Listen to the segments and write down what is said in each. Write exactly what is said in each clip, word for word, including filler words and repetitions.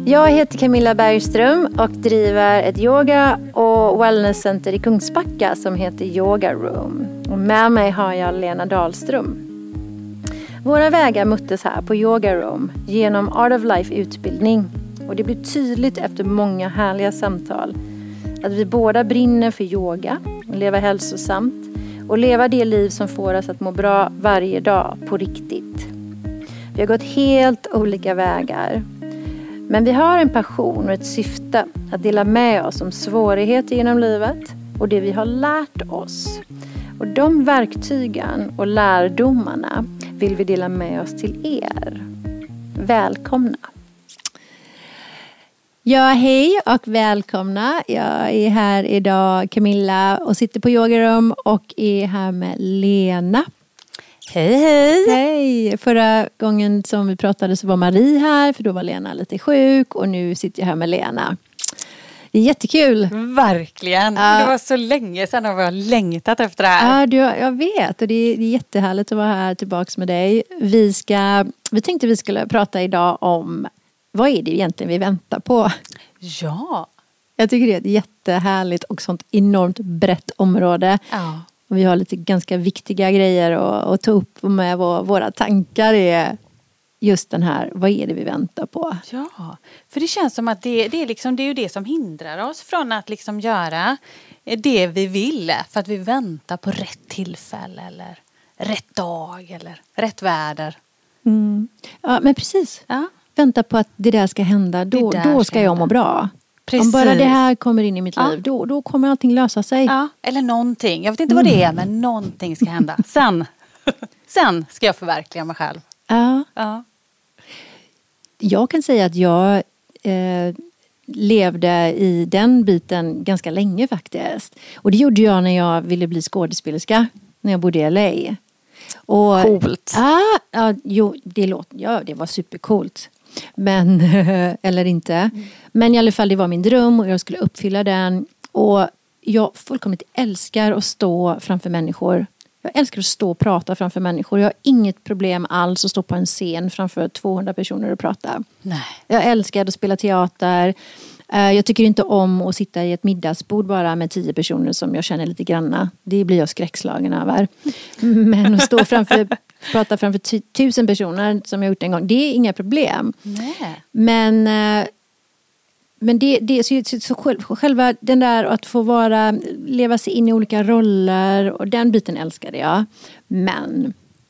Jag heter Camilla Bergström och driver ett yoga- och wellnesscenter i Kungsbacka som heter Yoga Room. Och med mig har jag Lena Dahlström. Våra vägar möttes här på Yoga Room genom Art of Life-utbildning. Och det blev tydligt efter många härliga samtal att vi båda brinner för yoga och leva hälsosamt och leva det liv som får oss att må bra varje dag på riktigt. Vi har gått helt olika vägar. Men vi har en passion och ett syfte att dela med oss om svårigheter genom livet och det vi har lärt oss. Och de verktygen och lärdomarna vill vi dela med oss till er. Välkomna! Ja, hej och välkomna. Jag är här idag, Camilla, och sitter på yogarum och är här med Lena. Hej, hej! Hej! Förra gången som vi pratade så var Marie här, för då var Lena lite sjuk och nu sitter jag här med Lena. Det är jättekul. Verkligen. Uh, det var så länge sedan och vi har längtat efter det här. Ja, du, jag vet. Och det är, det är jättehärligt att vara här tillbaka med dig. Vi, ska, vi tänkte vi skulle prata idag om vad är det egentligen vi väntar på. Ja. Jag tycker det är ett jättehärligt och sånt enormt brett område. Ja. Och vi har lite ganska viktiga grejer att, att ta upp med vår, våra tankar är just den här, vad är det vi väntar på? Ja, för det känns som att det, det, är, liksom, det är ju det som hindrar oss från att liksom göra det vi vill. För att vi väntar på rätt tillfälle eller rätt dag eller rätt väder. Mm. Ja, men precis. Ja. Vänta på att det där ska hända, då, där då ska ska jag må bra. Precis. Om bara det här kommer in i mitt ja. liv, då, då kommer allting lösa sig. Ja, eller någonting. Jag vet inte mm. vad det är, men någonting ska hända. Sen, sen ska jag förverkliga mig själv. Ja. Ja. Jag kan säga att jag eh, levde i den biten ganska länge faktiskt. Och det gjorde jag när jag ville bli skådespelerska, när jag bodde i L A. Och, Coolt. Ja, ja, jo, det, låt, ja, det var supercoolt. Men, eller inte. Mm. Men i alla fall, det var min dröm och jag skulle uppfylla den. Och jag fullkomligt älskar att stå framför människor. Jag älskar att stå och prata framför människor. Jag har inget problem alls att stå på en scen framför tvåhundra personer och prata. Nej. Jag älskar att spela teater. Jag tycker inte om att sitta i ett middagsbord bara med tio personer som jag känner lite granna. Det blir jag skräckslagen över. Men att stå framför, prata framför t- tusen personer som jag gjort en gång, det är inga problem. Nej. Men, men det, det är så, så själv, själva den där att få vara, leva sig in i olika roller och den biten älskade jag. Men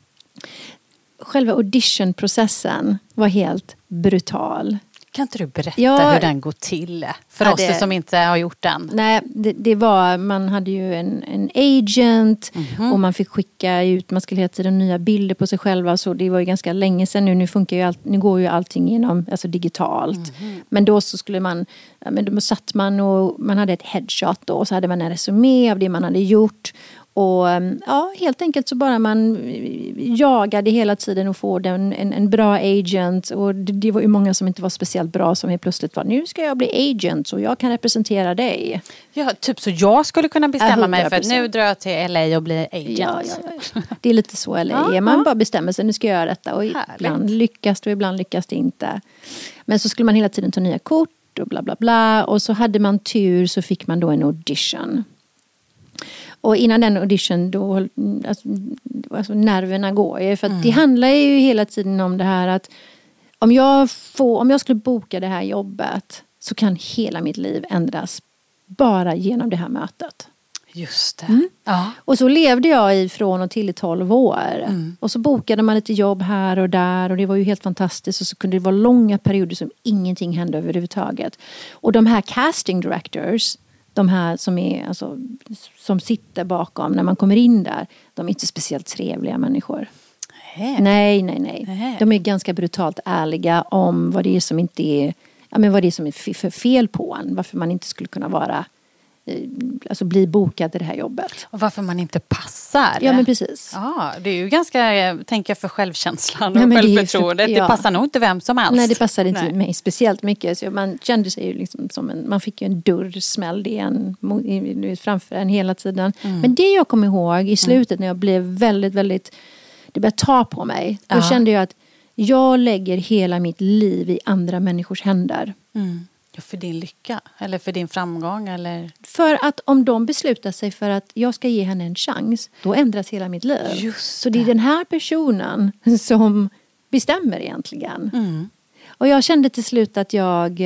själva auditionprocessen var helt brutal. Kan inte du berätta ja, hur den går till för ja, oss det, som inte har gjort den? Nej, det, det var, man hade ju en, en agent mm-hmm. och man fick skicka ut, man skulle hela tiden nya bilder på sig själva, så det var ju ganska länge sedan nu, nu funkar ju allt, nu går ju allting genom, alltså digitalt. Mm-hmm. Men då så skulle man, ja, men då satt man och man hade ett headshot då, och så hade man en resumé av det man hade gjort. Och ja, helt enkelt så bara man jagade hela tiden och få en, en, en bra agent. Och det, det var ju många som inte var speciellt bra som helt plötsligt var, nu ska jag bli agent så jag kan representera dig. Ja, typ så jag skulle kunna bestämma ja, mig för att nu drar jag till L A och blir agent. Ja, ja, ja. Det är lite så L A är. Man bara bestämmer sig, nu ska jag göra detta. Och Härligt. Ibland lyckas det och ibland lyckas det inte. Men så skulle man hela tiden ta nya kort och bla bla bla. Och så hade man tur så fick man då en audition. Och innan den audition då, alltså, alltså nerverna går ju. För att mm. det handlar ju hela tiden om det här att om jag, får, om jag skulle boka det här jobbet så kan hela mitt liv ändras bara genom det här mötet. Just det. Mm. Ja. Och så levde jag ifrån och till i tolv år. Mm. Och så bokade man lite jobb här och där. Och det var ju helt fantastiskt. Och så kunde det vara långa perioder som ingenting hände överhuvudtaget. Och de här casting directors, de här som, är, alltså, som sitter bakom när man kommer in där, de är inte speciellt trevliga människor. Nej, nej, nej. nej. nej. De är ganska brutalt ärliga om vad det är som inte är, ja, men vad det är som är för fel på en. Varför man inte skulle kunna vara, alltså bli bokad i det här jobbet. Och varför man inte passar. Ja, men precis. Ja, det är ju ganska, tänker jag, för självkänslan och nej, självförtroendet. Det, ja. det passar nog inte vem som helst. Nej, det passade inte nej. mig speciellt mycket. Så man kände sig ju liksom som en, man fick ju en dörr smälld igen framför en hela tiden. Mm. Men det jag kommer ihåg i slutet mm. när jag blev väldigt, väldigt, det började ta på mig. Då ja. kände jag att jag lägger hela mitt liv i andra människors händer. Mm. Ja, för din lycka eller för din framgång eller? För att om de beslutar sig för att jag ska ge henne en chans, då ändras hela mitt liv. Just Så det är den här personen som bestämmer egentligen. Mm. Och jag kände till slut att jag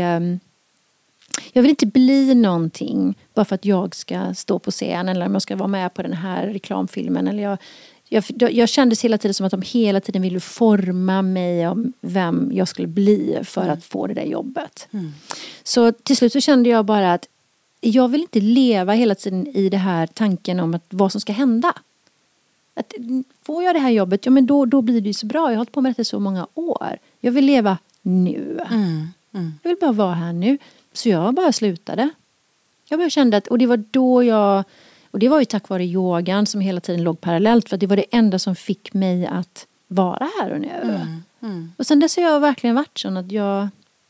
jag vill inte bli någonting bara för att jag ska stå på scen eller om jag ska vara med på den här reklamfilmen. Eller jag, jag, jag kände hela tiden som att de hela tiden ville forma mig om vem jag skulle bli för Mm. att få det där jobbet. Mm. Så till slut så kände jag bara att jag vill inte leva hela tiden i det här tanken om att vad som ska hända. Att, får jag det här jobbet, ja men då, då blir det ju så bra. Jag har hållit på med det i så många år. Jag vill leva nu. Mm. Mm. Jag vill bara vara här nu. Så jag bara slutade. Jag bara kände att, och det var då jag, och det var ju tack vare yogan som hela tiden låg parallellt. För att det var det enda som fick mig att vara här och nu. Mm. Mm. Och sen dess har jag verkligen varit sån att jag,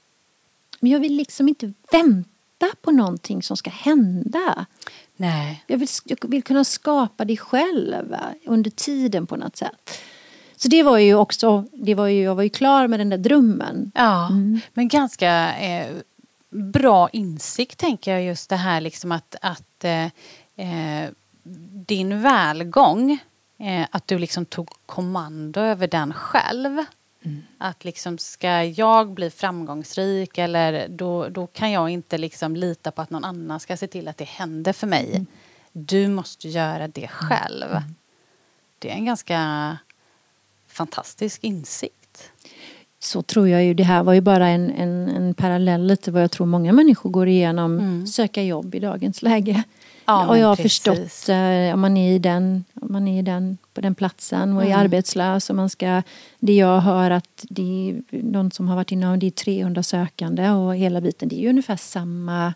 men jag vill liksom inte vänta på någonting som ska hända. Nej. Jag vill, jag vill kunna skapa det själv under tiden på något sätt. Så det var ju också, det var ju, jag var ju klar med den där drömmen. Ja, Mm. men ganska eh, bra insikt tänker jag just det här liksom att, att eh, eh, din välgång, eh, att du liksom tog kommando över den själv. Mm. Att liksom ska jag bli framgångsrik eller då, då kan jag inte liksom lita på att någon annan ska se till att det händer för mig. Mm. Du måste göra det själv. Mm. Det är en ganska fantastisk insikt. Så tror jag ju, det här var ju bara en, en, en parallell till vad jag tror många människor går igenom. Mm. Söka jobb i dagens läge. Ja, och jag har precis. förstått eh, om man är i den, om man är i den, på den platsen och är Mm. arbetslös och man ska, det jag hör att det är någon som har varit inne och det är trehundra sökande och hela biten, det är ju ungefär samma,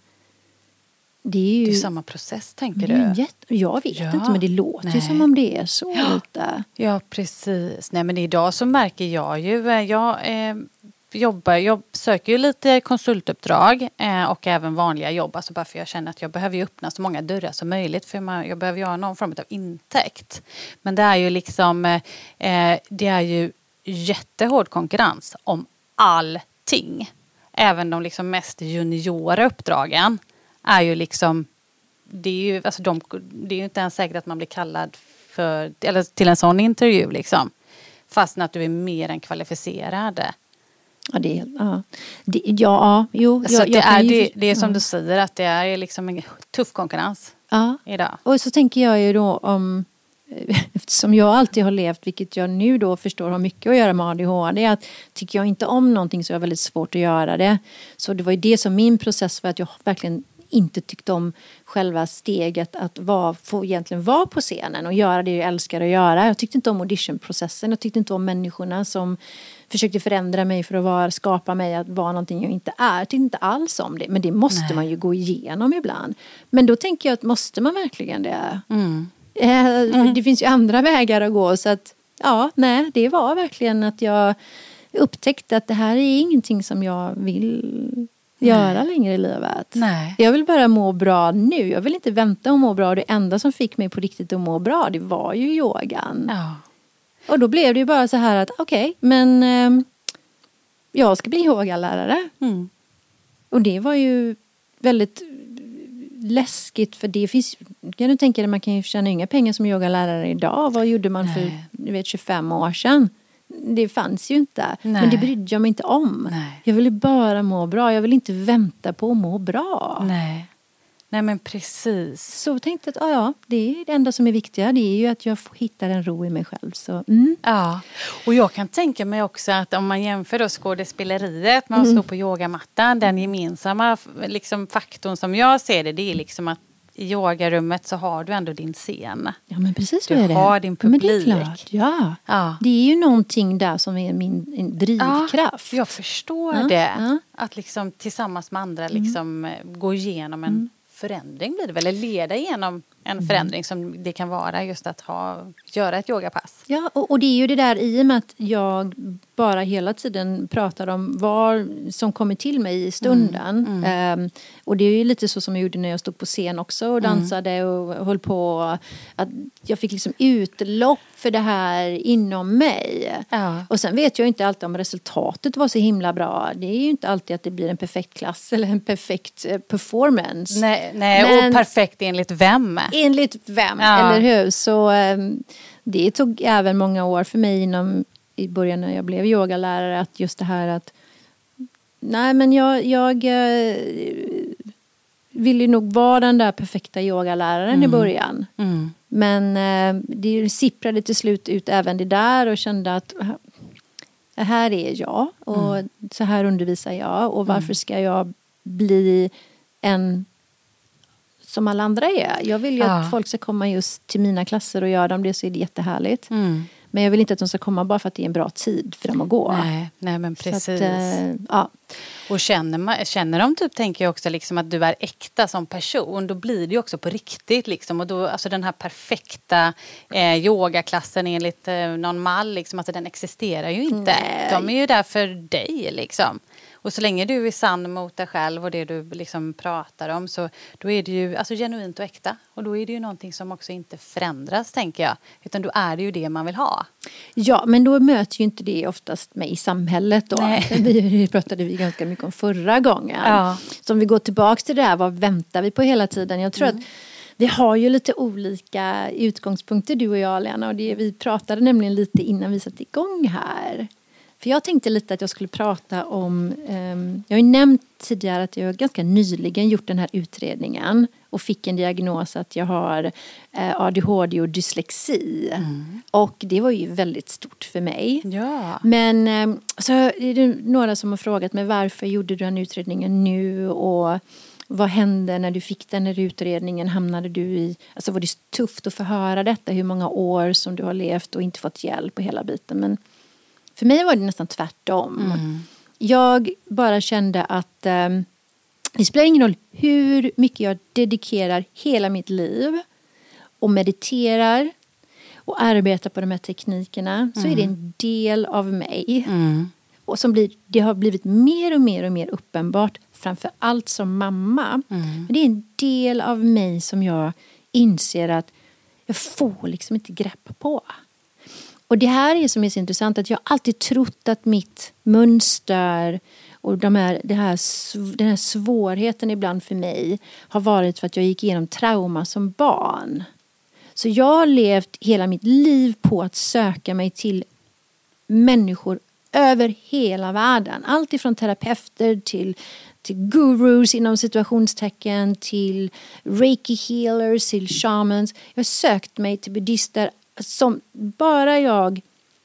det är ju Det är samma process tänker det är ju du? jätte, jag vet Ja. inte men det låter ju Nej. som om det är så Ja. lite. Ja, precis. Nej, men idag så märker jag ju, eh, jag eh, jobbar, jag söker ju lite konsultuppdrag eh, och även vanliga jobb, alltså bara för jag känner att jag behöver ju öppna så många dörrar som möjligt för man, jag behöver ju ha någon form av intäkt. Men det är ju liksom, eh, det är ju jättehård konkurrens om allting. Även de liksom mest juniora uppdragen är ju liksom, det är ju, alltså de, det är ju inte ens säkert att man blir kallad för, eller till en sån intervju liksom. Fast att du är mer än kvalificerad. Ja, det är, ja. Det, ja, jo. Så jag, att det, jag kan är, ju- det, det är som ja. du säger att det är liksom en tuff konkurrens Ja. idag. Och så tänker jag ju då om, eftersom jag alltid har levt, vilket jag nu då förstår har mycket att göra med A D H D, att tycker jag inte om någonting så är det väldigt svårt att göra det. Så det var ju det som min process var, att jag verkligen inte tyckte om själva steget att vara, få egentligen vara på scenen och göra det jag älskar att göra. Jag tyckte inte om auditionprocessen, jag tyckte inte om människorna som försökte förändra mig för att vara, skapa mig att vara någonting jag inte är. Jag tyckte inte alls om det, men det måste Nej. man ju gå igenom ibland. Men då tänker jag att måste man verkligen det? Mm. Eh, Mm. Det finns ju andra vägar att gå, så att ja, nej, det var verkligen att jag upptäckte att det här är ingenting som jag vill göra längre i livet. Nej. Jag vill bara må bra nu. Jag vill inte vänta och må bra. Det enda som fick mig på riktigt att må bra, det var ju yogan. Ja. Och då blev det ju bara så här att okej, okay, men eh, jag ska bli yogalärare. Mm. Och det var ju väldigt läskigt, för det finns, kan du tänka dig, man kan ju tjäna inga pengar som yogalärare idag. Vad gjorde man Nej. för du vet, tjugofem år sedan? Det fanns ju inte. Nej. Men det brydde jag mig inte om. Nej. Jag ville bara må bra. Jag ville inte vänta på att må bra. Nej. Nej, men precis. Så jag tänkte att ja, ja, det är det enda som är viktiga. Det är ju att jag hittar en ro i mig själv. Så, mm. Ja, och jag kan tänka mig också att om man jämför då skådespeleriet med att Mm. stå på yogamattan, den gemensamma liksom, faktorn som jag ser det, det är liksom att i yogarummet så har du ändå din scen. Ja, men precis så Du är det. har din Ja, men det är publik. klart, ja. Ja. Det är ju någonting där som är min en drivkraft. Ja, jag förstår Ja, det. ja. Att liksom tillsammans med andra liksom eh, gå igenom en Mm. förändring blir det väl, eller leda igenom en förändring som det kan vara just att ha, göra ett yogapass. Ja, och, och det är ju det där i och med att jag bara hela tiden pratar om vad som kommer till mig i stunden. Mm, mm. Um, och det är ju lite så som jag gjorde när jag stod på scen också och dansade mm. och höll på. Att jag fick liksom utlopp för det här inom mig. Ja. Och sen vet jag inte alltid om resultatet var så himla bra. Det är ju inte alltid att det blir en perfekt klass eller en perfekt performance. Nej, nej Men, och perfekt enligt vem? Enligt vem, ja. Eller hur? Så um, det tog även många år för mig inom, i början när jag blev yogalärare, att just det här att nej men jag, jag uh, ville nog vara den där perfekta yogaläraren mm. i början. Mm. Men uh, det sipprade till slut ut även det där och kände att uh, här är jag och mm. så här undervisar jag och varför ska jag bli en som alla andra är. Jag vill ju ja. att folk ska komma just till mina klasser och göra dem det, så är det jättehärligt. Mm. Men jag vill inte att de ska komma bara för att det är en bra tid för dem att gå. Nej, nej men precis. Att, äh, ja. Och känner, man, känner de typ, tänker jag också liksom att du är äkta som person, då blir det ju också på riktigt liksom. Och då, alltså den här perfekta eh, yogaklassen enligt eh, någon mall liksom, alltså den existerar ju inte. Nej. De är ju där för dig liksom. Och så länge du är sann mot dig själv och det du liksom pratar om, så då är det ju alltså genuint och äkta. Och då är det ju någonting som också inte förändras, tänker jag. Utan då är det ju det man vill ha. Ja, men då möter ju inte det oftast mig i samhället då. Det pratade vi ganska mycket om förra gången. Ja. Så om vi går tillbaka till det här, vad väntar vi på hela tiden? Jag tror mm. att vi har ju lite olika utgångspunkter, du och jag, Lena. Och det, vi pratade nämligen lite innan vi satte igång här. För jag tänkte lite att jag skulle prata om, um, jag har ju nämnt tidigare att jag ganska nyligen gjort den här utredningen och fick en diagnos att jag har uh, A D H D och dyslexi. Mm. Och det var ju väldigt stort för mig. Ja. Men um, så är det några som har frågat mig, varför gjorde du den utredningen nu och vad hände när du fick den här utredningen? Hamnade du i, alltså var det tufft att få höra detta, hur många år som du har levt och inte fått hjälp och hela biten. Men för mig var det nästan tvärtom. Mm. Jag bara kände att eh, det spelar ingen roll hur mycket jag dedikerar hela mitt liv och mediterar och arbetar på de här teknikerna, mm. så är det en del av mig. Mm. Och som blir, det har blivit mer och mer och mer uppenbart, framför allt som mamma. Mm. Men det är en del av mig som jag inser att jag får liksom inte greppa på. Och det här är som är så intressant, att jag alltid trott att mitt mönster och de här, det här, den här svårigheten ibland för mig har varit för att jag gick igenom trauma som barn. Så jag har levt hela mitt liv på att söka mig till människor över hela världen. Allt ifrån terapeuter till, till gurus inom situationstecken, till reiki healers, till shamans. Jag har sökt mig till buddhister. Som bara jag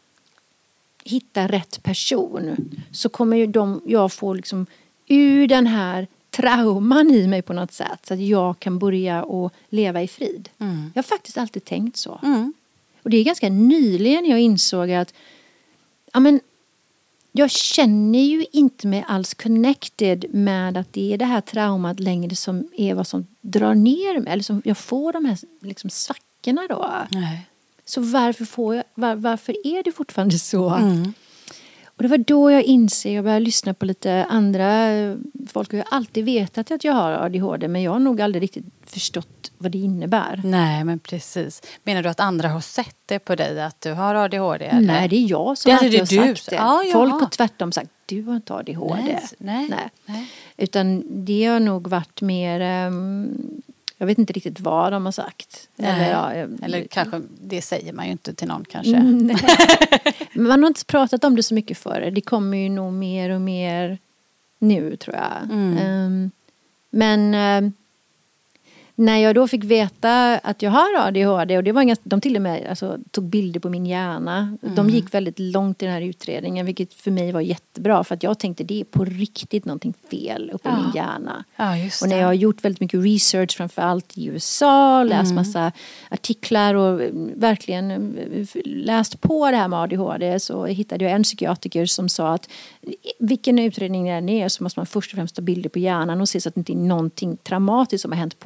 hittar rätt person, så kommer ju de, jag få liksom ur den här trauman i mig på något sätt, så att jag kan börja och leva i frid. Mm. Jag har faktiskt alltid tänkt så. Mm. Och det är ganska nyligen jag insåg att ja, men, jag känner ju inte mig alls connected med att det är det här traumat längre som är vad som drar ner mig, eller som jag får de här liksom svackorna då. Nej. Så varför, får jag, var, varför är det fortfarande så? Mm. Och det var då jag inser, jag började lyssna på lite andra folk. Jag har alltid vetat att jag har A D H D, men jag har nog aldrig riktigt förstått vad det innebär. Nej, men precis. Menar du att andra har sett det på dig, att du har A D H D? Eller? Nej, det är jag som det alltid har du. sagt det. Ah, folk har tvärtom sagt, du har inte A D H D. Nej, nej, nej. nej. Utan det har nog varit mer... Um, jag vet inte riktigt vad de har sagt. Eller, ja, eller kanske, det säger man ju inte till någon kanske. Mm, man har inte pratat om det så mycket förr. Det kommer ju nog mer och mer nu, tror jag. Mm. Um, men um, när jag då fick veta att jag har A D H D, och det var ganska, de till och med alltså, tog bilder på min hjärna. Mm. De gick väldigt långt i den här utredningen, vilket för mig var jättebra, för att jag tänkte det är på riktigt någonting fel uppe i ja. min hjärna. Ja, just det. Och när jag har gjort väldigt mycket research, framförallt i U S A, läst mm. massa artiklar och verkligen läst på det här med A D H D, så hittade jag en psykiatriker som sa att vilken utredning det än är, så måste man först och främst ta bilder på hjärnan och se så att det inte är någonting traumatiskt som har hänt på hjärnan.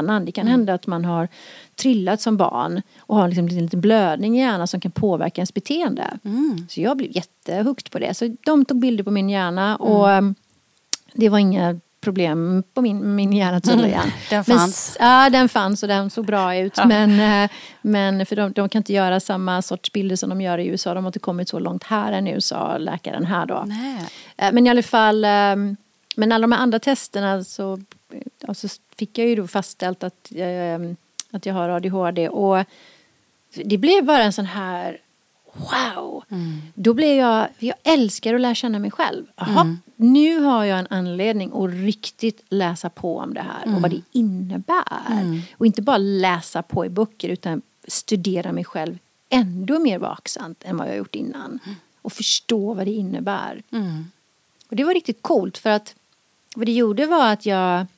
hjärnan. Det kan mm. hända att man har trillat som barn och har liksom en liten blödning i hjärnan som kan påverka ens beteende. Mm. Så jag blev jättehukt på det. Så de tog bilder på min hjärna och mm. det var inga problem på min, min hjärna tydligen. Mm. Den fanns. Men, ja, den fanns och den såg bra ut. Ja. Men, men för de, de kan inte göra samma sorts bilder som de gör i U S A. De har inte kommit så långt här ännu, sa läkaren här då. Nej. Men i alla fall, men alla de här andra testerna så, så fick jag ju då fastställt att, att jag har A D H D. Och det blev bara en sån här wow. Mm. Då blev jag, jag älskar att lära känna mig själv. Aha, mm. nu har jag en anledning att riktigt läsa på om det här mm. och vad det innebär. Mm. Och inte bara läsa på i böcker utan studera mig själv ändå mer vaksamt än vad jag har gjort innan. Mm. Och förstå vad det innebär. Mm. Och det var riktigt coolt för att vad det gjorde var att jag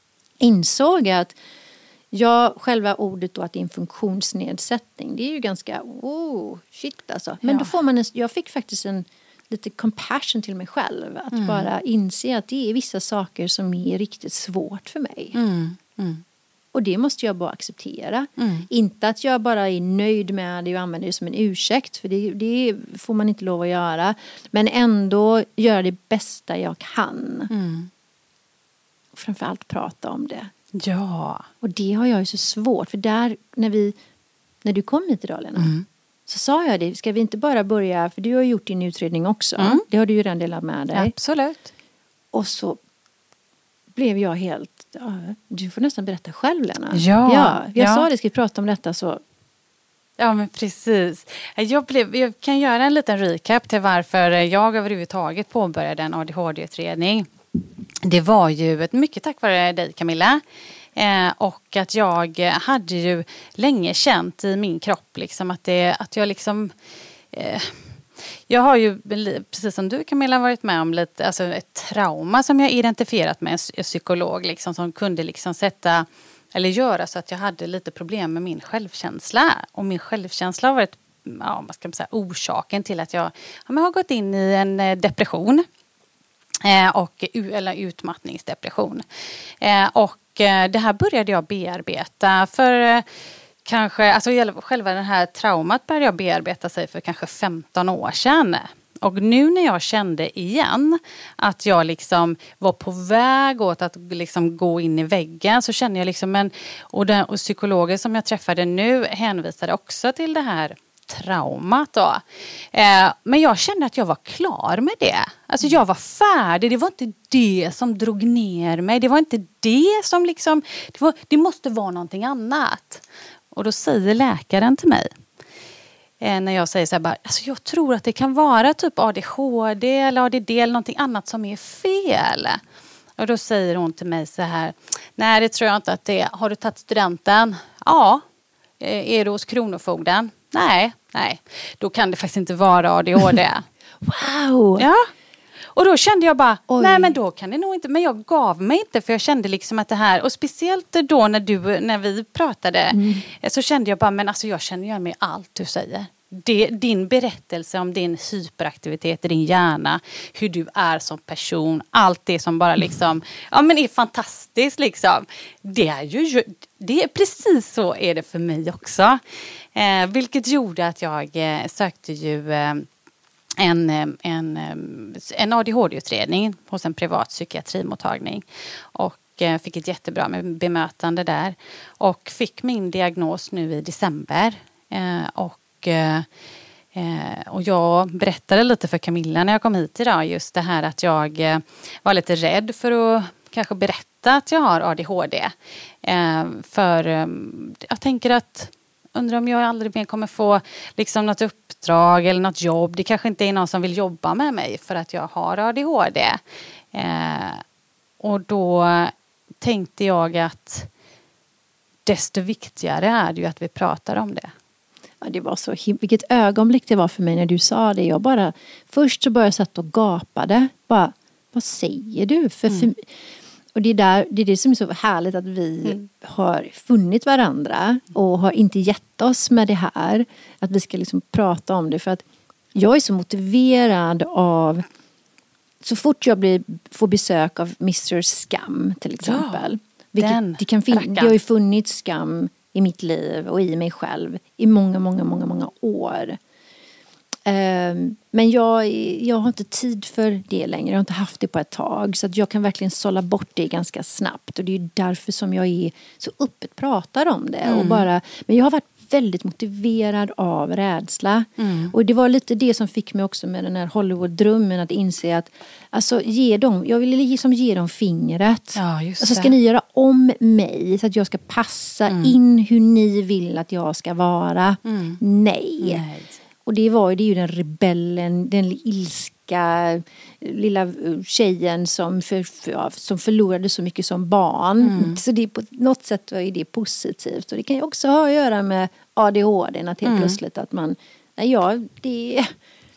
insåg att ja, själva ordet då att det är en funktionsnedsättning. Det är ju ganska, oh, shit alltså. Men ja. Då får man en, jag fick faktiskt en lite compassion till mig själv. Att mm. bara inse att det är vissa saker som är riktigt svårt för mig. Mm. Mm. Och det måste jag bara acceptera. Mm. Inte att jag bara är nöjd med det och använder det som en ursäkt. För det, det får man inte lov att göra. Men ändå göra det bästa jag kan. Mm. Och framförallt prata om det. Ja. Och det har jag ju så svårt. För där, när vi när du kom hit idag, Lena, mm. så sa jag det. Ska vi inte bara börja, för du har gjort din utredning också. Mm. Det har du ju redan delat med dig. Absolut. Och så blev jag helt, ja, du får nästan berätta själv, Lena. Ja. ja jag ja. sa det, ska vi prata om detta så. Ja, men precis. Jag, blev, jag kan göra en liten recap till varför jag överhuvudtaget påbörjade en A D H D-utredning. Det var ju ett mycket tack vare dig, Camilla. Eh, och att jag hade ju länge känt i min kropp liksom att, det, att jag liksom... Eh, jag har ju, precis som du, Camilla, varit med om lite, alltså ett trauma som jag identifierat med en psykolog liksom, som kunde liksom sätta eller göra så att jag hade lite problem med min självkänsla. Och min självkänsla har varit, ja, vad ska man säga, orsaken till att jag, ja, jag har gått in i en depression. Eh, och, eller utmattningsdepression. Eh, och eh, det här började jag bearbeta för eh, kanske, alltså själva den här traumat började jag bearbeta sig för kanske femton år sedan. Och nu när jag kände igen att jag liksom var på väg åt att liksom gå in i väggen, så kände jag liksom en, och, den, och psykologer som jag träffade nu hänvisade också till det här traumat då. Eh, men jag kände att jag var klar med det. Alltså jag var färdig. Det var inte det som drog ner mig. Det var inte det som liksom, det, var, det måste vara någonting annat. Och då säger läkaren till mig, eh, när jag säger så här bara, alltså jag tror att det kan vara typ A D H D eller A D D eller någonting annat som är fel. Och då säger hon till mig så här, nej, det tror jag inte att det är. Har du tagit studenten? Ja. Eh, är du hos Kronofogden? Nej, nej. Då kan det faktiskt inte vara A D H D. Wow! Ja. Och då kände jag bara, oj, nej men då kan det nog inte. Men jag gav mig inte, för jag kände liksom att det här, och speciellt då när du, när vi pratade, mm. så kände jag bara, men alltså jag känner igen mig allt du säger. Det, din berättelse om din hyperaktivitet i din hjärna, hur du är som person, allt det som bara liksom, ja men är fantastiskt liksom. Det är ju, det är precis så är det för mig också. Eh, vilket gjorde att jag eh, sökte ju eh, en, en, en A D H D-utredning hos en privat psykiatrimottagning. Och eh, fick ett jättebra bemötande där. Och fick min diagnos nu i december. Eh, och Och jag berättade lite för Camilla när jag kom hit idag, just det här att jag var lite rädd för att kanske berätta att jag har A D H D. För jag tänker att, undrar om jag aldrig mer kommer få liksom något uppdrag eller något jobb. Det kanske inte är någon som vill jobba med mig för att jag har A D H D. Och då tänkte jag att desto viktigare är det ju att vi pratar om det. Ja, det var så, vilket ögonblick det var för mig när du sa det. Jag bara, först så började jag satt och gapade. Bara, vad säger du? För, mm. för, och det är, där, det är det som är så härligt, att vi mm. har funnit varandra och har inte gett oss med det här. Att vi ska liksom prata om det. För att jag är så motiverad av, så fort jag blir, får besök av mister Skam till exempel. Ja. Den det, kan fin- rackan. det har ju funnits skam i mitt liv och i mig själv i många, många, många, många år. Um, men jag, jag har inte tid för det längre. Jag har inte haft det på ett tag. Så att jag kan verkligen sålla bort det ganska snabbt. Och det är ju därför som jag är så öppet pratar om det. Mm. Och bara, men jag har varit väldigt motiverad av rädsla. Mm. Och det var lite det som fick mig också med den här Hollywood-drömmen att inse att alltså, ge dem, jag ville liksom ge dem fingret. Ja, just alltså, det. ska ni göra om mig så att jag ska passa Mm. in hur ni vill att jag ska vara? Mm. Nej. Nej. Och det var ju, det är ju den rebellen, den ilska lilla tjejen som, för, för, som förlorade så mycket som barn. Mm. Så det är på något sätt är det positivt. Och det kan ju också ha att göra med A D H D. Att helt Mm. plötsligt att man, nej ja, det,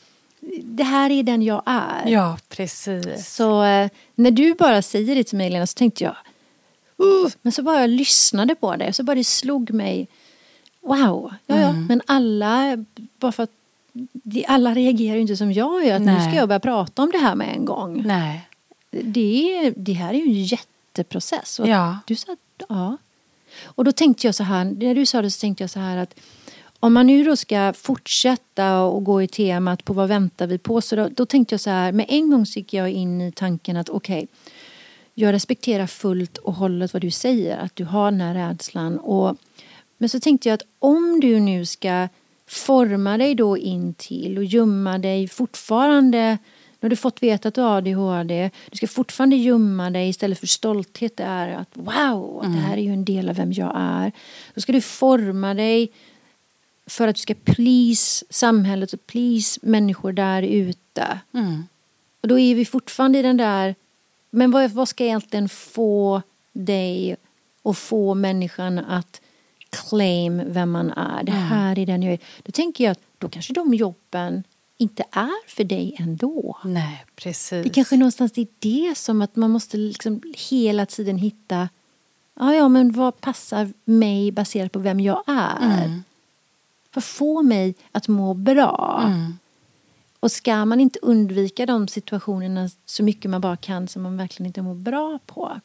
det här är den jag är. Ja, precis. Så eh, när du bara säger det till mig, Lena, så tänkte jag, uh, men så bara jag lyssnade på det. Så bara det slog mig, wow, ja, ja. Mm. Men alla, bara för att de, alla reagerar ju inte som jag gör. Att nu ska jag börja prata om det här med en gång. Nej. Det, det här är ju en jätteprocess. Och Ja. Du sa, ja. Och då tänkte jag så här, när du sa det så tänkte jag så här att om man nu då ska fortsätta och gå i temat på vad väntar vi på, så då, då tänkte jag så här, med en gång gick jag in i tanken att okej, okay, jag respekterar fullt och hållet vad du säger, att du har den här rädslan. Och, men så tänkte jag att om du nu ska forma dig då in till och gömma dig fortfarande, nu har du fått veta att du har A D H D, du ska fortfarande gömma dig istället för stolthet är att wow, mm. det här är ju en del av vem jag är. Då ska du forma dig för att du ska please samhället och please människor där ute. Mm. Och då är vi fortfarande i den där, men vad, vad ska egentligen få dig och få människan att claim vem man är. Det här är den jag är. Då tänker jag att då kanske de jobben inte är för dig ändå. Nej, precis. Det kanske någonstans är det som att man måste liksom hela tiden hitta, ja, ja men vad passar mig baserat på vem jag är. Mm. Vad får mig att må bra. Mm. Och ska man inte undvika de situationerna så mycket man bara kan som man verkligen inte mår bra på.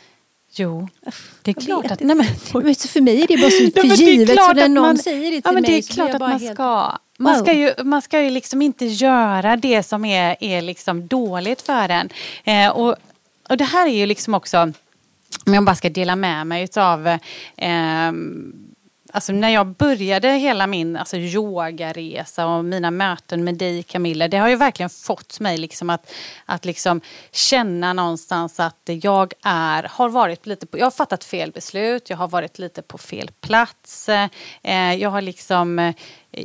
Jo, det är jag klart vet att... inte. Nej, men, för mig är det bara så ja, för men det är givet. klart Så när att någon man, säger det till ja, men mig det är så klart jag att bara man helt, ska... Man wow. ska, ju, man ska ju liksom inte göra det som är, är liksom dåligt för en. Eh, och, och det här är ju liksom också... Om jag bara ska dela med mig utav... Eh, Alltså när jag började hela min alltså yogaresa och mina möten med dig, Camilla, det har ju verkligen fått mig liksom att, att liksom känna någonstans att jag är, har varit lite på, jag har fattat fel beslut, jag har varit lite på fel plats, eh, jag har liksom, eh,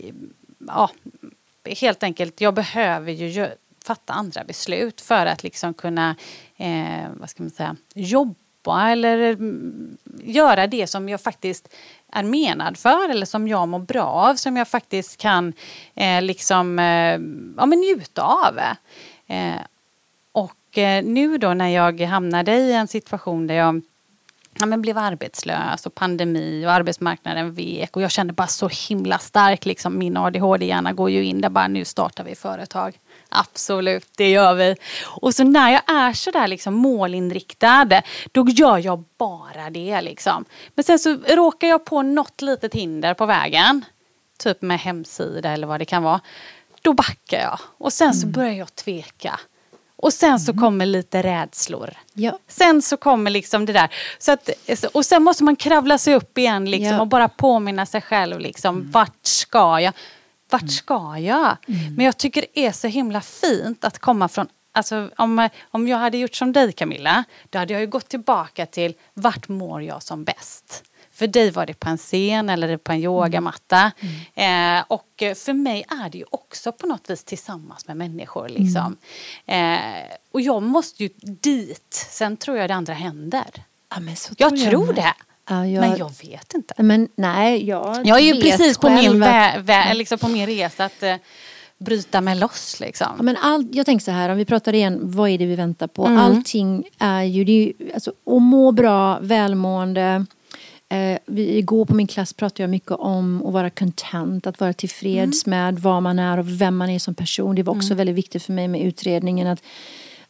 ja, helt enkelt, jag behöver ju fatta andra beslut för att liksom kunna, eh, vad ska man säga, jobba eller göra det som jag faktiskt är menad för eller som jag mår bra av, som jag faktiskt kan eh, liksom eh, ja, men njuta av. Eh, och eh, nu då när jag hamnade i en situation där jag ja, men blev arbetslös och pandemi och arbetsmarknaden vek och jag kände bara så himla stark, liksom min A D H D-hjärna går ju in där bara, nu startar vi företag. Absolut, det gör vi. Och så när jag är så där liksom målinriktad, då gör jag bara det liksom. Men sen så råkar jag på något litet hinder på vägen, typ med hemsida eller vad det kan vara. Då backar jag och sen så börjar jag tveka. Och sen så kommer lite rädslor. Ja. Sen så kommer liksom det där. Så att, och sen måste man kravla sig upp igen liksom, ja. och bara påminna sig själv. Liksom, mm. Vart ska jag? Vart ska jag? Mm. Men jag tycker det är så himla fint att komma från... Alltså, om, om jag hade gjort som dig, Camilla, då hade jag ju gått tillbaka till vart mår jag som bäst. För dig var det på en scen eller på en yogamatta. Mm. Eh, och för mig är det ju också på något vis tillsammans med människor. Liksom. Mm. Eh, och jag måste ju dit. Sen tror jag det andra händer. Ja, men så jag tror jag tror med. det. Ja, jag... Men jag vet inte. Men nej, jag Jag är ju vet precis på min, att... vä- vä- liksom på min resa att eh, bryta mig loss. Liksom. Ja, men all, jag tänker så här, om vi pratar igen, vad är det vi väntar på? Mm. Allting är ju, det är ju alltså, att må bra, välmående. Eh, vi, igår på min klass pratade jag mycket om att vara content, att vara tillfreds mm. med vad man är och vem man är som person. Det var också mm. väldigt viktigt för mig med utredningen att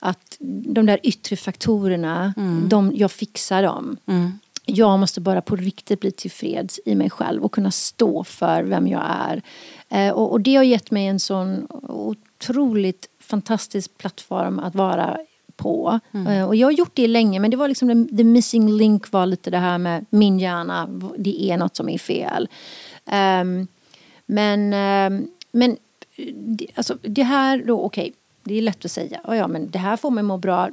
att de där yttre faktorerna, Mm. de, jag fixar dem. Mm. Jag måste bara på riktigt bli tillfreds i mig själv och kunna stå för vem jag är. Eh, och, och det har gett mig en sån otroligt fantastisk plattform att vara på. Mm. Eh, och jag har gjort det länge, men det var liksom the, the missing link var lite det här med min hjärna. Det är något som är fel. Um, men um, men det, alltså, det här då, okej, okay, det är lätt att säga. Oh, ja, men det här får mig må bra.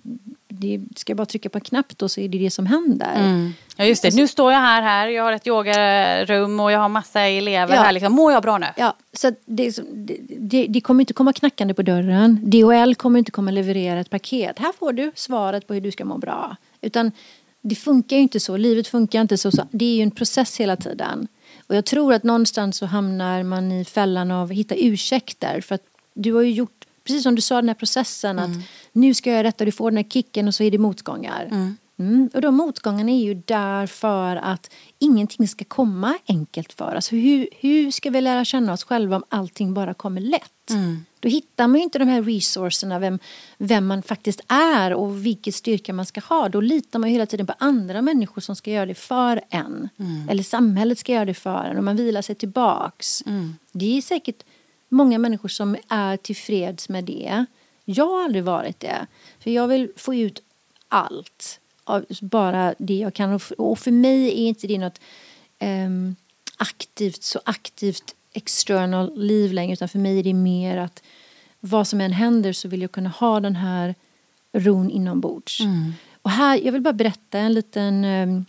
Det ska jag bara trycka på en knapp då så är det det som händer. Mm. Ja just det, alltså, nu står jag här, här, jag har ett yogarum och jag har massa elever ja. här. Liksom. Mår jag bra nu? Ja, så det, det, det, det kommer inte komma knackande på dörren. D H L kommer inte komma leverera ett paket. Här får du svaret på hur du ska må bra. Utan det funkar ju inte så, livet funkar inte så. så det är ju en process hela tiden. Och jag tror att någonstans så hamnar man i fällan av att hitta ursäkter. För att du har ju gjort, precis som du sa den här processen, mm. att nu ska jag göra rätt och du får den här kicken och så är det motgångar. Mm. Mm. Och de motgångarna är ju där för att ingenting ska komma enkelt för oss. Hur, hur ska vi lära känna oss själva om allting bara kommer lätt? Mm. Då hittar man ju inte de här resurserna, vem, vem man faktiskt är och vilken styrka man ska ha. Då litar man ju hela tiden på andra människor som ska göra det för en. Mm. Eller samhället ska göra det för en och man vilar sig tillbaks. Mm. Det är säkert många människor som är tillfreds med det. Jag har aldrig varit det. För jag vill få ut allt. Bara det jag kan. Och för mig är inte det något um, aktivt, så aktivt external liv längre. Utan för mig är det mer att vad som än händer så vill jag kunna ha den här ron inombords. Mm. Och här, jag vill bara berätta en liten um,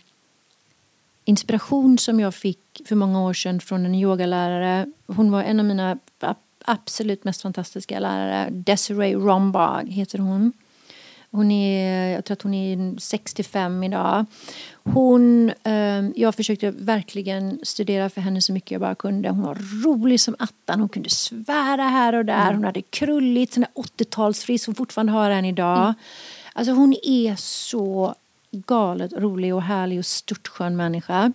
inspiration som jag fick för många år sedan från en yogalärare. Hon var en av mina absolut mest fantastiska lärare. Desiree Rombag heter hon. Hon är, jag tror att hon är sextiofem idag. Hon, eh, jag försökte verkligen studera för henne så mycket jag bara kunde. Hon var rolig som attan. Hon kunde svära här och där. Hon hade krulligt, sån här åttiotalsfriss som fortfarande har än idag. Mm. Alltså hon är så galet rolig och härlig och störtskön människa.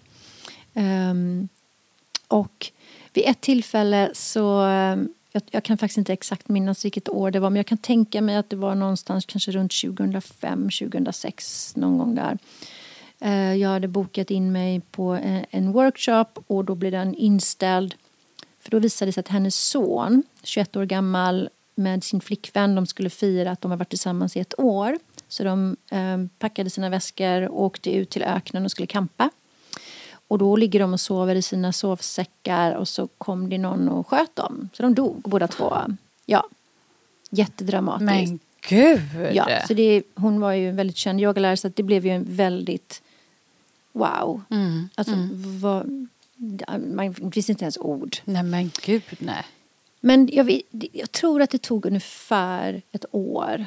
Um, och vid ett tillfälle så... Jag, jag kan faktiskt inte exakt minnas vilket år det var. Men jag kan tänka mig att det var någonstans kanske runt tjugohundrafem tjugohundrasex någon gång där. Eh, jag hade bokat in mig på en, en workshop och då blev den inställd. För då visade det sig att hennes son, tjugoett år gammal, med sin flickvän, de skulle fira att de har varit tillsammans i ett år. Så de eh, packade sina väskor och åkte ut till öknen och skulle campa. Och då ligger de och sover i sina sovsäckar och så kom det någon och sköt dem. Så de dog båda två. Ja, jättedramatiskt. Men gud! Ja, så det, hon var ju en väldigt känd yogalärare så att det blev ju en väldigt wow. Mm, alltså, mm. Vad, man visste inte ens ord. Nej men gud, nej. Men jag, vet, jag tror att det tog ungefär ett år.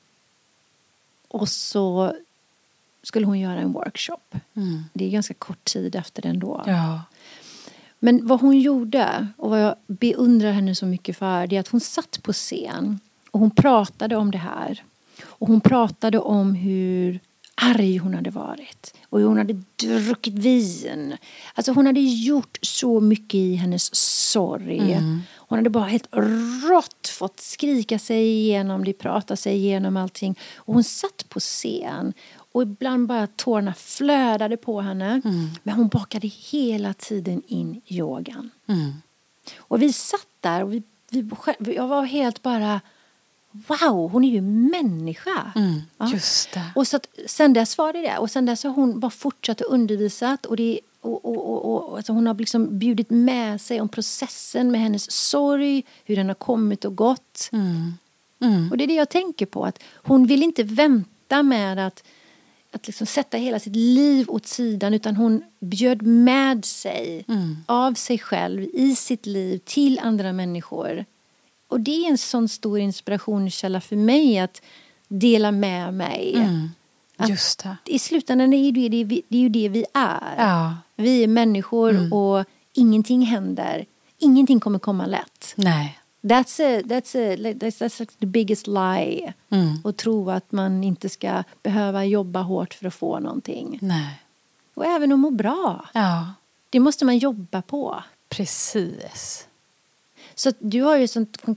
Och så... skulle hon göra en workshop. Mm. Det är ganska kort tid efter den då. Ja. Men vad hon gjorde och vad jag beundrar henne så mycket för, det är att hon satt på scen och hon pratade om det här. Och hon pratade om hur arg hon hade varit. Och hur hon hade druckit vin. Alltså hon hade gjort så mycket i hennes sorg. Mm. Hon hade bara helt rått fått skrika sig igenom det, prata sig igenom allting. Och hon satt på scen. Och ibland bara tårarna flödade på henne. Mm. Men hon bakade hela tiden in yogan. Mm. Och vi satt där och vi, vi, jag var helt bara... Wow, hon är ju människa. Mm, ja. Just det. Och så att, sen dess var det det. Och sen dess har hon bara fortsatt att undervisat. Och, det, och, och, och, och alltså hon har liksom bjudit med sig om processen med hennes sorg. Hur den har kommit och gått. Mm. Mm. Och det är det jag tänker på. Att hon vill inte vänta med att, att liksom sätta hela sitt liv åt sidan. Utan hon bjöd med sig mm. av sig själv i sitt liv till andra människor. Och det är en sån stor inspirationskälla för mig att dela med mig. Mm, just det. I slutändan är det, det, det är ju det vi är. Ja. Vi är människor mm. och ingenting händer. Ingenting kommer komma lätt. Nej. That's, a, that's, a, that's, that's the biggest lie. Mm. Att tro att man inte ska behöva jobba hårt för att få någonting. Nej. Och även att må bra. Ja. Det måste man jobba på. Precis. Så du har ju ett sånt konkret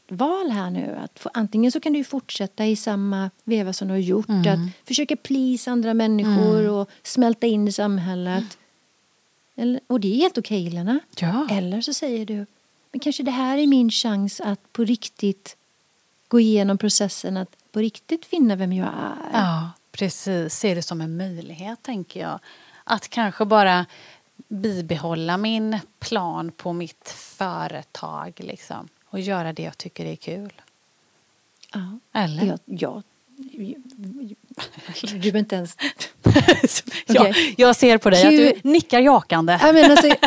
val här nu. Att få, antingen så kan du fortsätta i samma veva som du har gjort. Mm. Att försöka please andra människor mm. och smälta in i samhället. Mm. Eller, och det är helt okej, Lena. Ja. Eller så säger du, men kanske det här är min chans att på riktigt gå igenom processen. Att på riktigt finna vem jag är. Ja, precis. Se det som en möjlighet, tänker jag. Att kanske bara bibehålla min plan på mitt företag liksom, och göra det jag tycker är kul. Ja. Eller? Ja, ja. Du behöver inte ens... okay. jag, jag ser på dig Q... att du nickar jakande. Ja, men alltså,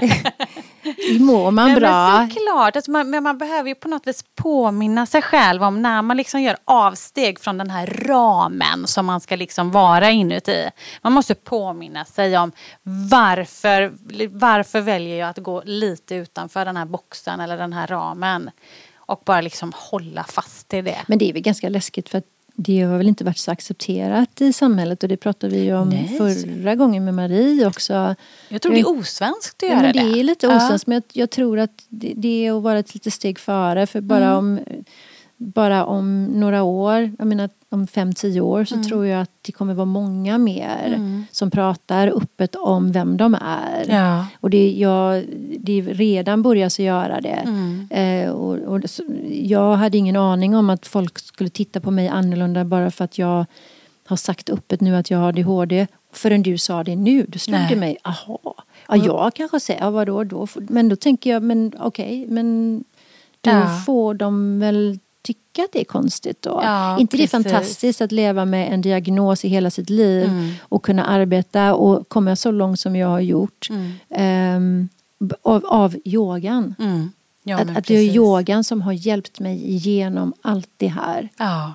mår man Nej, bra? Men såklart, alltså man, men man behöver ju på något vis påminna sig själv om när man liksom gör avsteg från den här ramen som man ska liksom vara inuti. Man måste påminna sig om varför, varför väljer jag att gå lite utanför den här boxen eller den här ramen. Och bara liksom hålla fast i det. Men det är väl ganska läskigt för att det har väl inte varit så accepterat i samhlet. Och det pratade vi ju om Nej. förra gången med Marie också. Jag tror det är osvenskt att ja, göra men det. Det är lite osvenskt. Ja. Men jag, jag tror att det, det är att vara ett litet steg före. För bara, mm. om, bara om några år, jag menar om fem, tio år så mm. tror jag att det kommer vara många mer mm. som pratar öppet om vem de är. Ja. Och det, jag, det redan börjar så göra det. Mm. Eh, och, och så, jag hade ingen aning om att folk skulle titta på mig annorlunda bara för att jag har sagt öppet nu att jag har A D H D. Förrän du sa det nu, då slog det mig, aha. Ja, jag kanske säger, ja, vadå då? Men då tänker jag, men okej, okay, men då ja. får de väl tycka att det är konstigt då. Ja, inte precis. Det är fantastiskt att leva med en diagnos i hela sitt liv mm. och kunna arbeta och komma så långt som jag har gjort mm. um, av, av yogan. Mm. Ja, att, att det är yogan som har hjälpt mig igenom allt det här. Ja.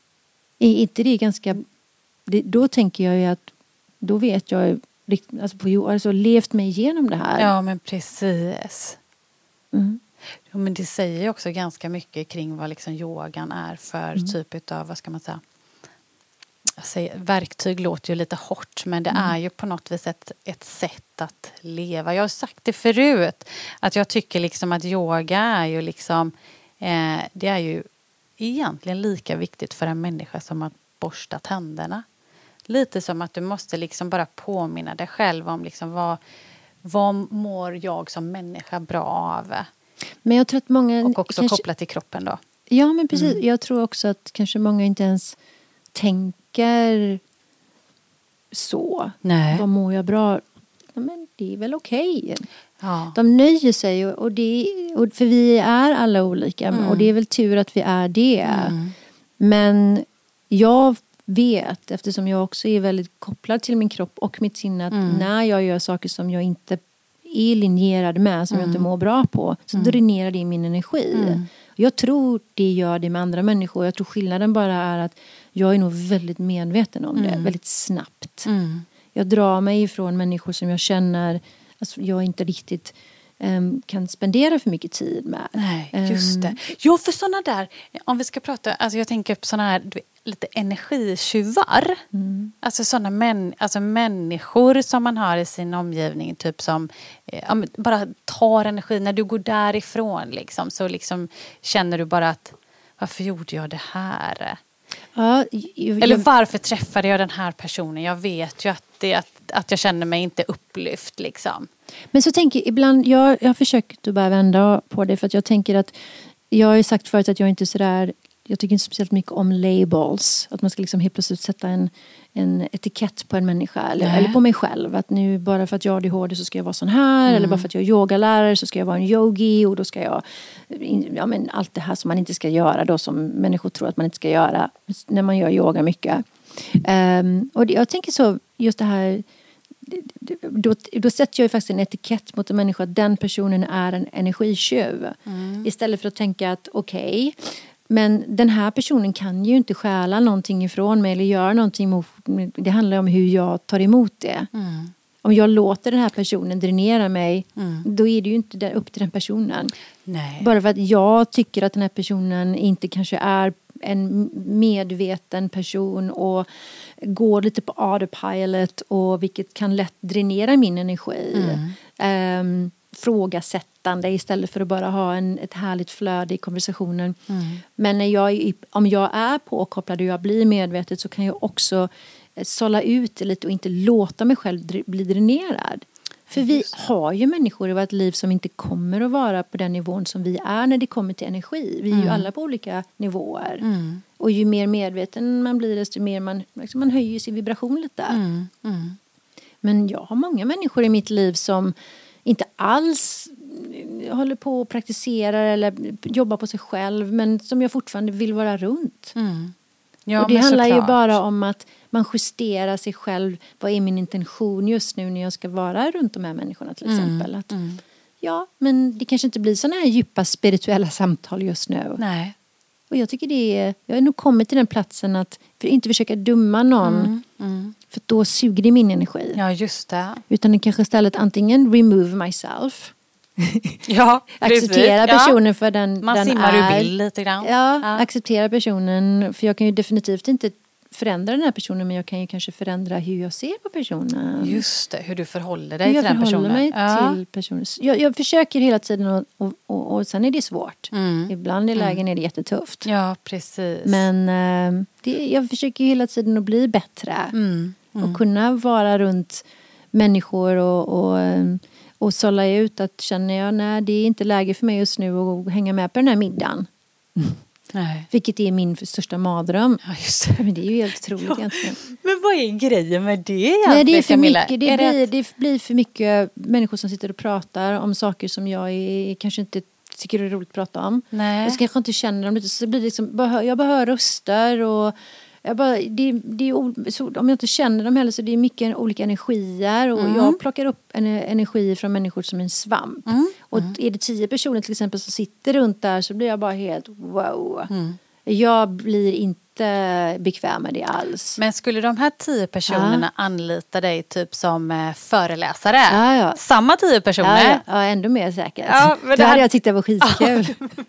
Är inte det ganska... Det, då tänker jag ju att då vet jag alltså på alltså levt mig igenom det här. Ja, men precis. Mm. Jo, men det säger ju också ganska mycket kring vad liksom yogan är för mm. typ av, vad ska man säga, jag säger, verktyg låter ju lite hårt, men det mm. är ju på något vis ett, ett sätt att leva. Jag har sagt det förut, att jag tycker liksom att yoga är ju liksom, eh, det är ju egentligen lika viktigt för en människa som att borsta tänderna. Lite som att du måste liksom bara påminna dig själv om liksom vad, vad mår jag som människa bra av. Men jag tror att många... Och också kanske, kopplat till kroppen då. Ja, men precis. Mm. Jag tror också att kanske många inte ens tänker så. Nej. Vad mår jag bra? Men det är väl okej. Okay. Ja. De nöjer sig. Och, och det, och för vi är alla olika. Mm. Och det är väl tur att vi är det. Mm. Men jag vet, eftersom jag också är väldigt kopplad till min kropp och mitt sinne, att mm. när jag gör saker som jag inte är linjerad med, som mm. jag inte mår bra på, så mm. dränerar det min energi. Mm. Jag tror det gör det med andra människor. Jag tror skillnaden bara är att jag är nog väldigt medveten om mm. det, väldigt snabbt. Mm. Jag drar mig ifrån människor som jag känner, alltså jag inte riktigt um, kan spendera för mycket tid med. Nej, just det. Jo, för sådana där, om vi ska prata, alltså jag tänker på sådana här lite energitjuvar. Mm. Alltså sådana män, alltså människor som man har i sin omgivning, typ som eh, bara tar energi när du går därifrån liksom, så liksom känner du bara att varför gjorde jag det här? Ja, jag, eller varför träffade jag den här personen? Jag vet ju att, det, att, att jag känner mig inte upplyft liksom. Men så tänker jag ibland, jag, jag har försökt att bara vända på det, för att jag tänker att jag har ju sagt förut att jag inte är sådär, jag tycker inte speciellt mycket om labels. Att man ska liksom helt plötsligt sätta en, en etikett på en människa. Eller, eller på mig själv. Att nu bara för att jag har A D H D så ska jag vara sån här. Mm. Eller bara för att jag är yogalärare så ska jag vara en yogi. Och då ska jag... Ja, men allt det här som man inte ska göra då. Som människor tror att man inte ska göra. När man gör yoga mycket. Um, och det, jag tänker så, just det här... Då, då sätter jag ju faktiskt en etikett mot en människa. Att den personen är en energitjuv. Mm. Istället för att tänka att okej... Okay, men den här personen kan ju inte stjäla någonting ifrån mig eller göra någonting mot, det handlar om hur jag tar emot det. Mm. Om jag låter den här personen dränera mig, mm. då är det ju inte där upp till den personen. Nej. Bara för att jag tycker att den här personen inte kanske är en medveten person och går lite på autopilot, och vilket kan lätt dränera min energi. Mm. Um, frågasätta berättande istället för att bara ha en, ett härligt flöde i konversationen. Mm. Men när jag, om jag är påkopplad och jag blir medvetet så kan jag också sålla ut lite och inte låta mig själv bli dränerad. För vi har ju människor i vårt liv som inte kommer att vara på den nivån som vi är när det kommer till energi. Vi är mm. ju alla på olika nivåer. Mm. Och ju mer medveten man blir desto mer man, liksom man höjer sin vibration lite. Mm. Mm. Men jag har många människor i mitt liv som inte alls håller på och praktiserar eller jobbar på sig själv. Men som jag fortfarande vill vara runt. Mm. Ja, och det handlar såklart. ju bara om att man justerar sig själv. Vad är min intention just nu när jag ska vara runt de här människorna till exempel. Mm. Att, Mm. ja, men det kanske inte blir sådana här djupa spirituella samtal just nu. Nej. Och jag tycker det är, jag har nog kommit till den platsen att för inte försöka dumma någon. Mm. Mm. För då suger det min energi. Ja, just det. Utan det kanske istället antingen remove myself. Ja, acceptera precis. personen ja. för den, Man den simmar är. ur bild lite grann. Ja, ja, acceptera personen. För jag kan ju definitivt inte förändra den här personen. Men jag kan ju kanske förändra hur jag ser på personen. Just det, hur du förhåller dig hur till den personen. Jag förhåller mig ja. till personen. Jag, jag försöker hela tiden och, och, och, och sen är det svårt. Mm. Ibland i lägen mm. är det jättetufft. Ja, precis. Men äh, det, jag försöker hela tiden att bli bättre. Mm. Mm. Och kunna vara runt människor och, och, och sålla ut att känner jag, nej det är inte läge för mig just nu att hänga med på den här middagen. Nej. Vilket är min största mardröm. Ja, just det. Men det är ju helt otroligt ja. egentligen. Men vad är grejen med det egentligen, Nej, det är för Camilla? mycket. Det, är blir, det, det blir för mycket människor som sitter och pratar om saker som jag är, kanske inte tycker det är roligt att prata om. Nej. Jag kanske inte känner dem lite. Så det blir liksom, jag bara hör röster och jag bara, det, det är, så, om jag inte känner dem heller så det är mycket olika energier och mm. jag plockar upp en, energi från människor som en svamp. Mm. Och är det tio personer till exempel som sitter runt där så blir jag bara helt wow. Mm. Jag blir inte bekväm med det alls. Men skulle de här tio personerna ja. anlita dig typ som föreläsare? Ja, ja. Samma tio personer? Ja, ja, ändå mer säkert. Ja, men det det hade här... jag tyckt det var skitkul.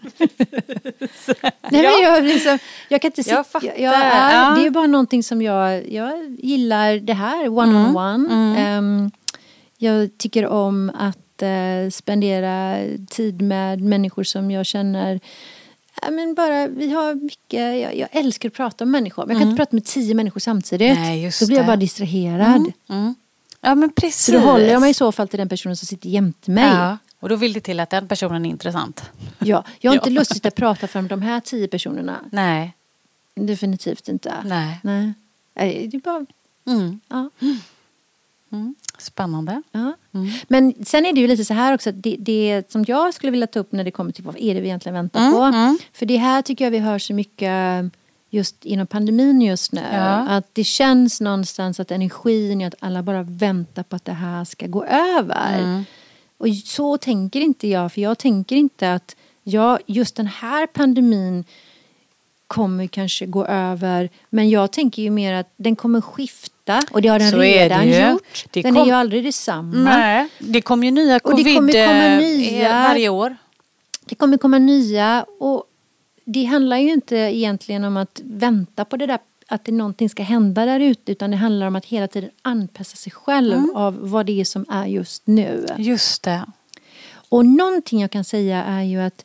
Nej, ja. men jag, liksom, jag kan inte sitta... Jag fattar. Jag, jag är, ja. Det är bara någonting som jag... Jag gillar det här, one-on-one. Mm. Mm. Um, jag tycker om att uh, spendera tid med människor som jag känner... Men bara, vi har mycket, jag, jag älskar att prata om människor. Men jag kan mm. inte prata med tio människor samtidigt. Nej, just då blir jag det. bara distraherad. Mm. Mm. Ja, men precis. Så då håller jag mig i så fall till den personen som sitter jämte mig. Ja. Och då vill det till att den personen är intressant. Ja, jag har inte ja. lust att prata för de här tio personerna. Nej. Definitivt inte. Nej. Nej. Det är bara... Mm. Ja. Mm. Spännande. Ja. Mm. Men sen är det ju lite så här också. Att det, det som jag skulle vilja ta upp när det kommer till vad är det vi egentligen väntar mm. på. Mm. För det här tycker jag vi hör så mycket just inom pandemin just nu. Ja. Att det känns någonstans att energin är att alla bara väntar på att det här ska gå över. Mm. Och så tänker inte jag. För jag tänker inte att jag, just den här pandemin kommer kanske gå över. Men jag tänker ju mer att den kommer skifta. Och det har den så redan är det gjort. det den kom... är ju aldrig detsamma. Nej, det kommer ju nya covid och det kommer komma nya, varje år. Det kommer komma nya. Och det handlar ju inte egentligen om att vänta på det där. Att det någonting ska hända där ute. Utan det handlar om att hela tiden anpassa sig själv mm. av vad det är som är just nu. Just det. Och någonting jag kan säga är ju att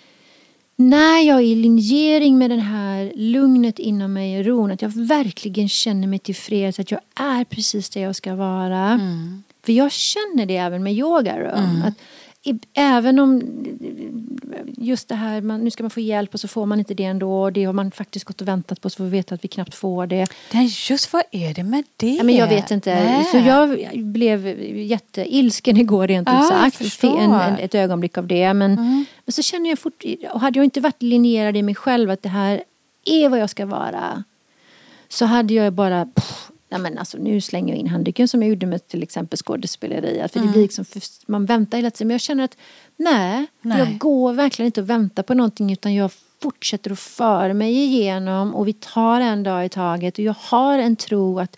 när jag är i linjering med den här lugnet inom mig och ron, att jag verkligen känner mig tillfreds, att jag är precis där jag ska vara. Mm. För jag känner det även med yoga. Mm. Att även om just det här, man, nu ska man få hjälp och så får man inte det ändå. Det har man faktiskt gått och väntat på så får vi veta att vi knappt får det. Nej, just vad är det med det? Ja, men jag vet inte. Nej. Så jag blev jätteilsken igår rent ut sagt. En, en, ett ögonblick av det. Men, mm. men så känner jag fort, och hade jag inte varit linjerad i mig själv att det här är vad jag ska vara. Så hade jag bara... Pff, ja, men alltså, nu slänger jag in handduken som jag gjorde med till exempel skådespeleri. För mm. det blir liksom, man väntar hela tiden. Men jag känner att nej, nej, jag går verkligen inte att vänta på någonting. Utan jag fortsätter att föra mig igenom. Och vi tar en dag i taget. Och jag har en tro att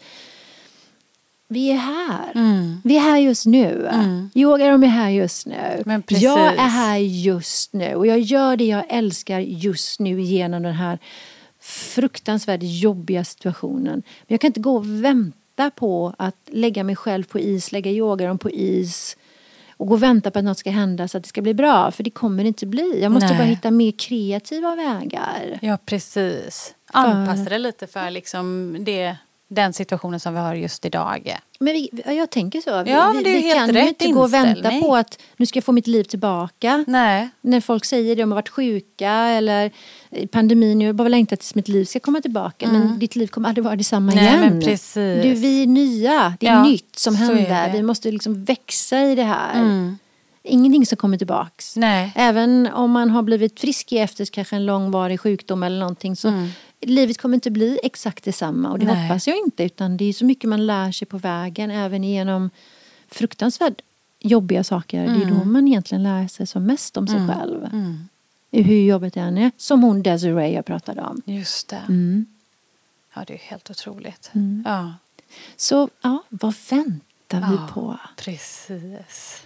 vi är här. Mm. Vi är här just nu. Mm. Yoga, de är här just nu. Men precis. Jag är här just nu. Och jag gör det jag älskar just nu genom den här fruktansvärt jobbiga situationen. Men jag kan inte gå och vänta på att lägga mig själv på is, lägga yoga på is och gå och vänta på att något ska hända så att det ska bli bra. För det kommer det inte bli. Jag måste Nej. bara hitta mer kreativa vägar. Ja, precis. Anpassa det lite för liksom det, den situationen som vi har just idag. Men vi, jag tänker så. Vi, Ja, men det är vi helt kan ju rätt inte gå och vänta inställning. på att nu ska jag få mitt liv tillbaka. Nej. När folk säger det, de har varit sjuka eller i pandemin, jag bara längtar tills mitt liv ska komma tillbaka. Mm. Men ditt liv kommer aldrig vara detsamma Nej, igen. men precis. Du, vi är nya. Det är Ja, nytt som så är händer. det. Vi måste liksom växa i det här. Mm. Ingenting som kommer tillbaks. Nej. Även om man har blivit frisk efter kanske en långvarig sjukdom eller någonting så Mm. livet kommer inte bli exakt detsamma. Och det Nej. hoppas jag inte. Utan det är så mycket man lär sig på vägen. Även genom fruktansvärt jobbiga saker. Mm. Det är då man egentligen lär sig som mest om sig Mm. själv. Mm. Hur jobbet det än är. Som hon Desiree jag pratade om. Just det. Mm. Ja, det är helt otroligt. Mm. Ja. Så ja, vad väntar vi Ja, på? precis.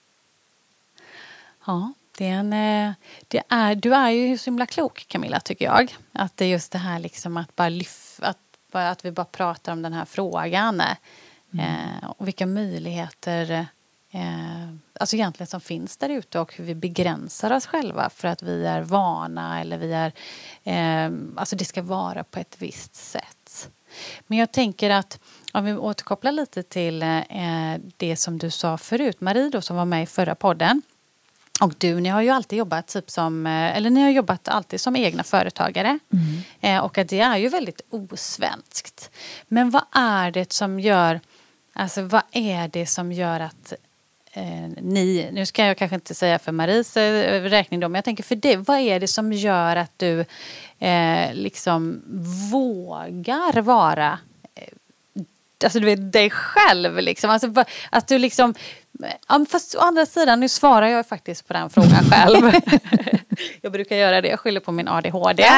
Ja, det är en, eh, det är, du är ju så himla klok, Camilla, tycker jag. Att det är just det här liksom att bara lyfta, att, bara, att vi bara pratar om den här frågan. Mm. Eh, och vilka möjligheter eh, alltså egentligen som finns där ute och hur vi begränsar oss själva för att vi är vana eller vi är, eh, alltså det ska vara på ett visst sätt. Men jag tänker att om vi återkopplar lite till eh, det som du sa förut, Marie då, som var med i förra podden. Och du, ni har ju alltid jobbat typ som, eller ni har jobbat alltid som egna företagare. Mm. Eh, och att det är ju väldigt osvenskt. Men vad är det som gör, alltså vad är det som gör att eh, ni, nu ska jag kanske inte säga för Maries eh, räkning då, men jag tänker för det, vad är det som gör att du eh, liksom vågar vara alltså du vet dig själv liksom, alltså att du liksom, ja, fast å andra sidan nu svarar jag faktiskt på den frågan själv. Jag brukar göra det, jag skyller på min A D H D.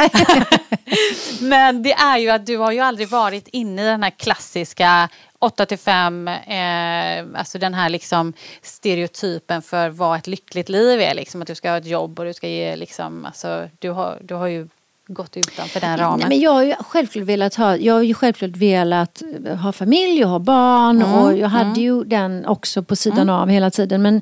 Men det är ju att du har ju aldrig varit inne i den här klassiska åtta till fem, eh, alltså den här liksom stereotypen för vad ett lyckligt liv är, liksom att du ska ha ett jobb och du ska ge liksom, alltså du har, du har ju gått utanför den ramen. Nej, men jag har ju självklart velat ha, jag har ju självklart velat ha familj och ha barn mm, och jag hade mm. ju den också på sidan mm. av hela tiden, men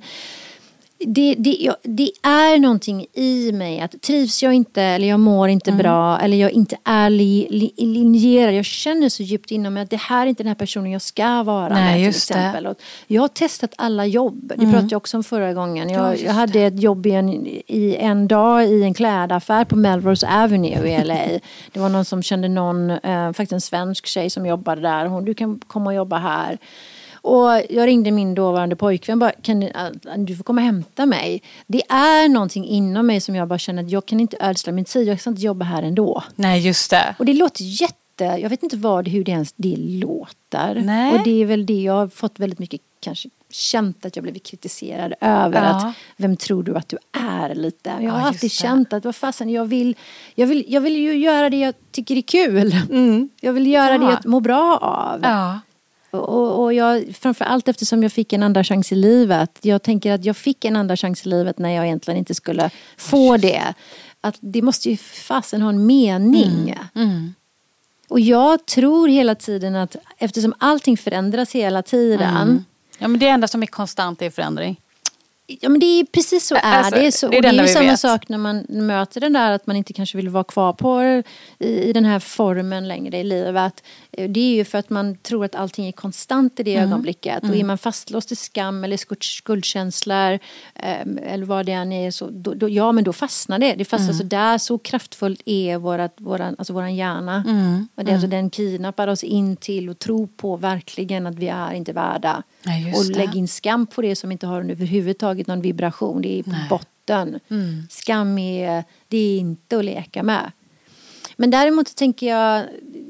det, det, jag, det är någonting i mig att trivs jag inte eller jag mår inte mm. bra eller jag inte är li, li, linjerad, jag känner så djupt inom mig att det här är inte den här personen jag ska vara. Nej, med, just till exempel. det. Jag har testat alla jobb, det mm. pratade jag också om förra gången. Jag, ja, jag hade ett jobb i en, i en dag i en klädaffär på Melrose Avenue i L A. Det var någon som kände någon, eh, faktiskt en svensk tjej som jobbade där. Hon, du kan komma och jobba här. Och jag ringde min dåvarande pojkvän bara, kan du, du får komma och hämta mig. Det är någonting inom mig som jag bara känner att jag kan inte ödsla min tid. Jag kan inte jobba här ändå. Nej, just det. Och det låter jätte, jag vet inte vad, hur det ens det låter. Nej. Och det är väl det jag har fått väldigt mycket kanske känt att jag blivit kritiserad över. Ja. Att vem tror du att du är lite. Jag har ja, alltid känt att vad fasen, jag vill, jag vill, jag vill ju göra det jag tycker är kul. Mm. Jag vill göra ja. det jag mår bra av. Ja. Och, och jag, framförallt eftersom jag fick en andra chans i livet. Jag tänker att jag fick en andra chans i livet när jag egentligen inte skulle få det. Att det måste ju fasen ha en mening. Mm. Mm. Och jag tror hela tiden att eftersom allting förändras hela tiden. Mm. Ja, men det enda som är konstant är förändring. Ja, men det är precis så är alltså, det. Är så, det är, och det är ju samma vet. sak när man möter den där att man inte kanske vill vara kvar på i, i den här formen längre i livet. Det är ju för att man tror att allting är konstant i det mm. ögonblicket. Mm. Och är man fastlåst i skam eller skuldkänslor eller vad det än är, så då, då, ja, men då fastnar det. Det fastnar mm. så där, så kraftfullt är vårat, våran, alltså våran hjärna. Mm. Och det är alltså den kidnappar oss in till och tro på verkligen att vi är inte värda. Ja, och lägg in skam på det som inte har överhuvudtaget någon vibration. Det är på Nej. botten. Mm. Skam är, det är inte att leka med. Men däremot tänker jag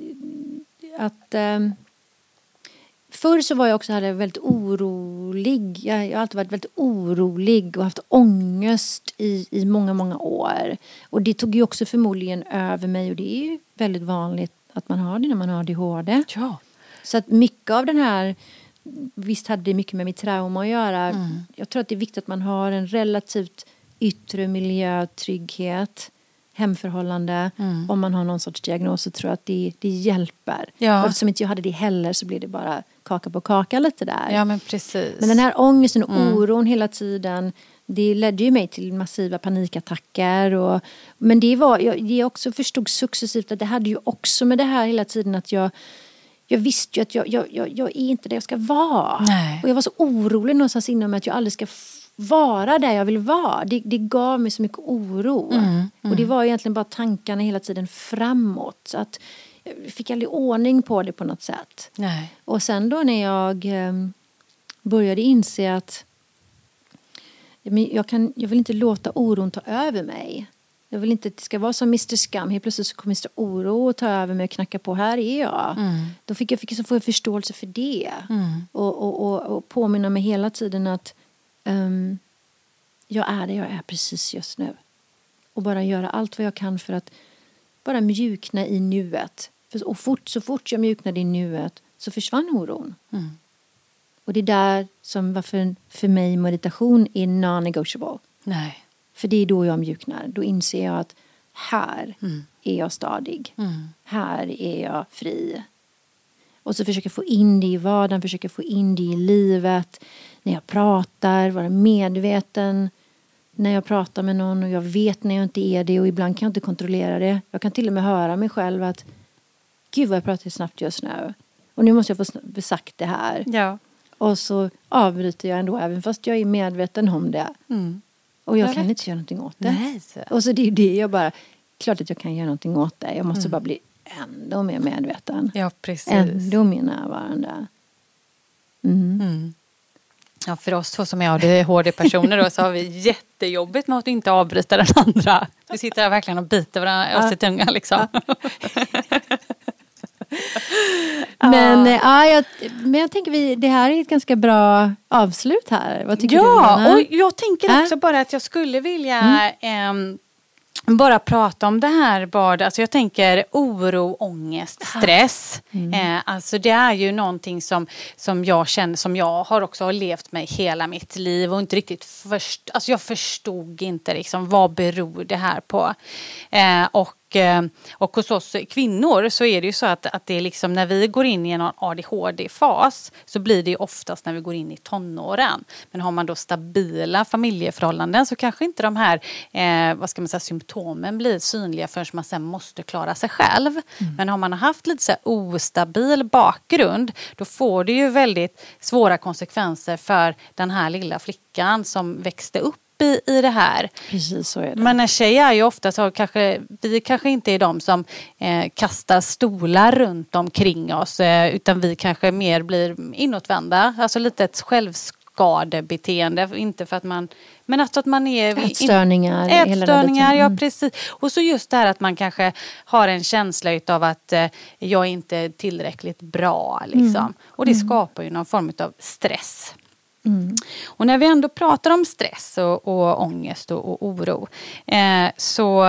att eh, förr så var jag också hade väldigt orolig. Jag, jag har alltid varit väldigt orolig och haft ångest i, i många, många år. Och det tog ju också förmodligen över mig. Och det är ju väldigt vanligt att man har det när man har A D H D. Ja. Så att mycket av den här, visst hade det mycket med mitt trauma att göra. Mm. Jag tror att det är viktigt att man har en relativt yttre miljö, trygghet. hemförhållande. Mm. Om man har någon sorts diagnos så tror jag att det, det hjälper. Ja. Och eftersom inte jag hade det heller så blir det bara kaka på kaka lite där. Ja, men precis. Men den här ångesten och mm. oron hela tiden, det ledde ju mig till massiva panikattacker. Och, men det var, jag, jag också förstod successivt att det hade ju också med det här hela tiden att jag Jag visste ju att jag, jag, jag, jag är inte där jag ska vara. Nej. Och jag var så orolig någonstans inom mig att jag aldrig ska f- vara där jag vill vara. Det, det gav mig så mycket oro. Mm, mm. Och det var egentligen bara tankarna hela tiden framåt. Så att jag fick aldrig ordning på det på något sätt. Nej. Och sen då när jag eh, började inse att jag, kan, jag vill inte låta oron ta över mig. Jag vill inte att det ska vara som mister Skam. Helt plötsligt så kommer mister Oro och ta över mig och knacka på. Här är jag. Mm. Då fick jag fick så få en förståelse för det. Mm. Och, och, och, och påminna mig hela tiden att um, jag är det jag är precis just nu. Och bara göra allt vad jag kan för att bara mjukna i nuet. För, och fort, så fort jag mjuknade i nuet så försvann oron. Mm. Och det är där som varför för mig meditation är non-negotiable. Nej. För det är då jag mjuknar. Då inser jag att här mm. är jag stadig. Mm. Här är jag fri. Och så försöker jag få in det i vardagen. Försöker få in det i livet. När jag pratar. Vara medveten. När jag pratar med någon. Och jag vet när jag inte är det. Och ibland kan jag inte kontrollera det. Jag kan till och med höra mig själv att gud vad jag pratar snabbt just nu. Och nu måste jag få sn- sagt det här. Ja. Och så avbryter jag ändå. Även fast jag är medveten om det. Mm. Och jag, jag kan vet. inte göra någonting åt det. Nej, så. Och så det är det jag bara... Klart att jag kan göra någonting åt det. Jag måste mm. bara bli ändå mer medveten. Ja, precis. Ändå mer närvarande. Mm. Mm. Ja, för oss två som är A D H D-personer då, så har vi jättejobbigt med att inte avbryta den andra. Vi sitter här verkligen och biter varandra oss i tungan liksom. Ja. Men, ja, jag, men jag tänker vi, det här är ett ganska bra avslut här. Vad tycker ja, du? Ja, och jag tänker också äh? bara att jag skulle vilja mm. eh, bara prata om det här. Bara, alltså jag tänker oro, ångest, stress. Mm. Eh, alltså det är ju någonting som, som jag känner, som jag har också levt med hela mitt liv och inte riktigt först, alltså jag förstod inte liksom vad beror det här på. Eh, och Och hos oss kvinnor så är det ju så att, att det är liksom när vi går in i en A D H D-fas så blir det ju oftast när vi går in i tonåren. Men har man då stabila familjeförhållanden så kanske inte de här eh, vad ska man säga, symptomen blir synliga förrän man sen måste klara sig själv. Mm. Men har man haft lite så här ostabil bakgrund då får det ju väldigt svåra konsekvenser för den här lilla flickan som växte upp I, i det här. Precis, så är det. Men en tjej är ju ofta så kanske, vi kanske inte är de som eh, kastar stolar runt omkring oss eh, utan vi kanske mer blir inåtvända. Alltså lite ett självskadebeteende. Inte för att man, men alltså att man är... Ätstörningar. In, ätstörningar, ja precis. Och så just det här att man kanske har en känsla utav att eh, jag är inte tillräckligt bra liksom. Mm. Och det mm. skapar ju någon form av stress. Mm. Och när vi ändå pratar om stress och, och ångest och, och oro eh, så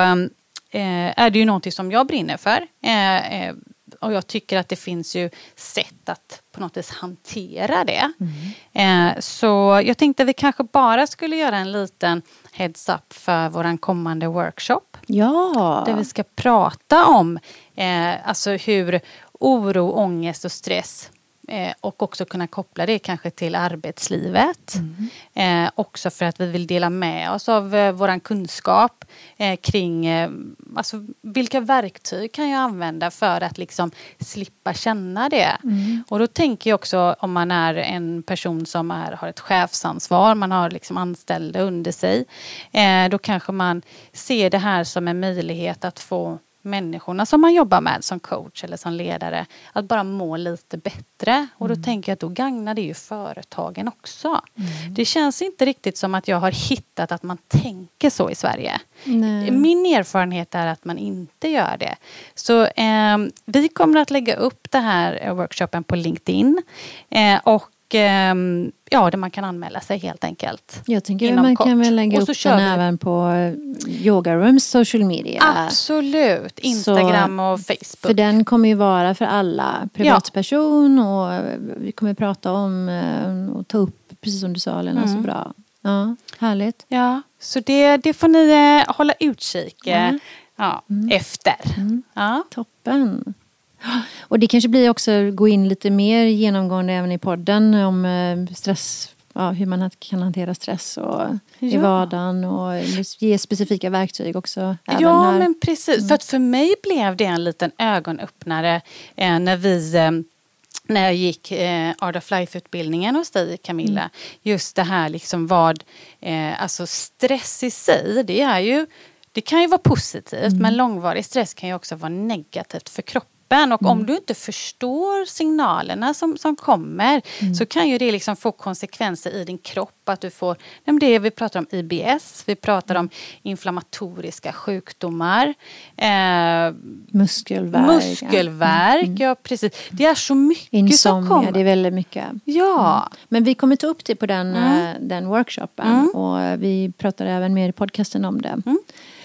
eh, är det ju någonting som jag brinner för. Eh, eh, och jag tycker att det finns ju sätt att på något vis hantera det. Mm. Eh, så jag tänkte att vi kanske bara skulle göra en liten heads up för våran kommande workshop. Ja. Där vi ska prata om eh, alltså hur oro, ångest och stress Eh, och också kunna koppla det kanske till arbetslivet. Mm. Eh, också för att vi vill dela med oss av eh, våran kunskap eh, kring eh, alltså, vilka verktyg kan jag använda för att liksom slippa känna det. Mm. Och då tänker jag också om man är en person som är, har ett chefsansvar, man har liksom anställda under sig. Eh, då kanske man ser det här som en möjlighet att få människorna som man jobbar med som coach eller som ledare att bara må lite bättre. Och då mm. tänker jag att då gagnar det ju företagen också. Mm. Det känns inte riktigt som att jag har hittat att man tänker så i Sverige. Nej. Min erfarenhet är att man inte gör det. Så eh, vi kommer att lägga upp det här workshopen på LinkedIn. Eh, och ja, där man kan anmäla sig helt enkelt. Jag tänker att man kort. kan väl lägga upp den vi... även på Yoga Rooms social media. Absolut, Instagram så, och Facebook. För den kommer ju vara för alla, privatperson ja. och vi kommer prata om och ta upp, precis som du sa Lena, mm. så bra. Ja, härligt. Ja, så det, det får ni hålla utkik mm. ja, mm. efter. Mm. Ja. Toppen. Och det kanske blir också gå in lite mer genomgående även i podden om stress, ja, hur man kan hantera stress och ja. i vardagen och ge specifika verktyg också. Ja, här. men precis. Mm. För att för mig blev det en liten ögonöppnare eh, när vi... Eh, när jag gick eh, Art of Life-utbildningen hos dig, Camilla. Mm. Just det här liksom vad... Eh, alltså stress i sig, det är ju... Det kan ju vara positivt, mm. men långvarig stress kan ju också vara negativt för kroppen. Och mm. om du inte förstår signalerna som, som kommer mm. så kan ju det liksom få konsekvenser i din kropp. Att du får, det vi pratar om I B S, vi pratar om inflammatoriska sjukdomar. Eh, muskelvärk. Muskelvärk, mm. ja precis. Det är så mycket Insomnia, som kommer. Det är väldigt mycket. Ja. Mm. Men vi kommer ta upp det på den, mm. den workshopen. Mm. Och vi pratar även mer i podcasten om det. Mm.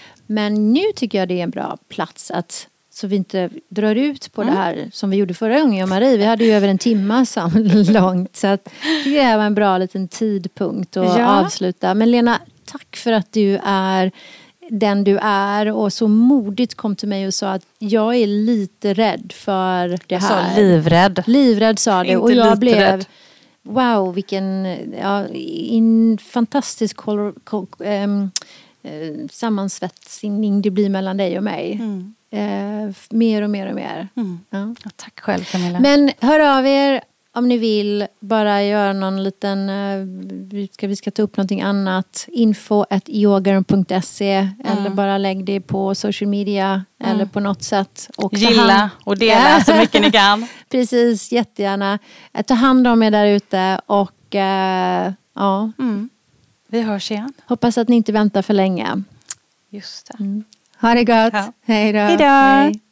Men nu tycker jag det är en bra plats att så vi inte drar ut på mm. det här som vi gjorde förra gången. Och Marie, vi hade ju över en timme så långt. Så att det var en bra liten tidpunkt att ja. avsluta. Men Lena, tack för att du är den du är. Och så modigt kom till mig och sa att jag är lite rädd för det här. Jag sa livrädd. Livrädd sa det. Inte och jag blev... rädd. Wow, vilken ja, in, fantastisk kol, kol, um, uh, sammansvetsning det blir mellan dig och mig. Mm. Eh, mer och mer och mer. Mm. Ja. Ja, tack själv, Camilla. Men hör av er om ni vill bara göra någon liten eh, vi, ska, vi ska ta upp någonting annat info at yogarum punkt se mm. eller bara lägg det på social media mm. eller på något sätt. Och gilla och dela så mycket ni kan. Precis, jättegärna. Ta hand om er där ute och eh, ja. Mm. Vi hörs igen. Hoppas att ni inte väntar för länge. Just det. Mm. Ha det gott. Ja. Hej då. Hej då.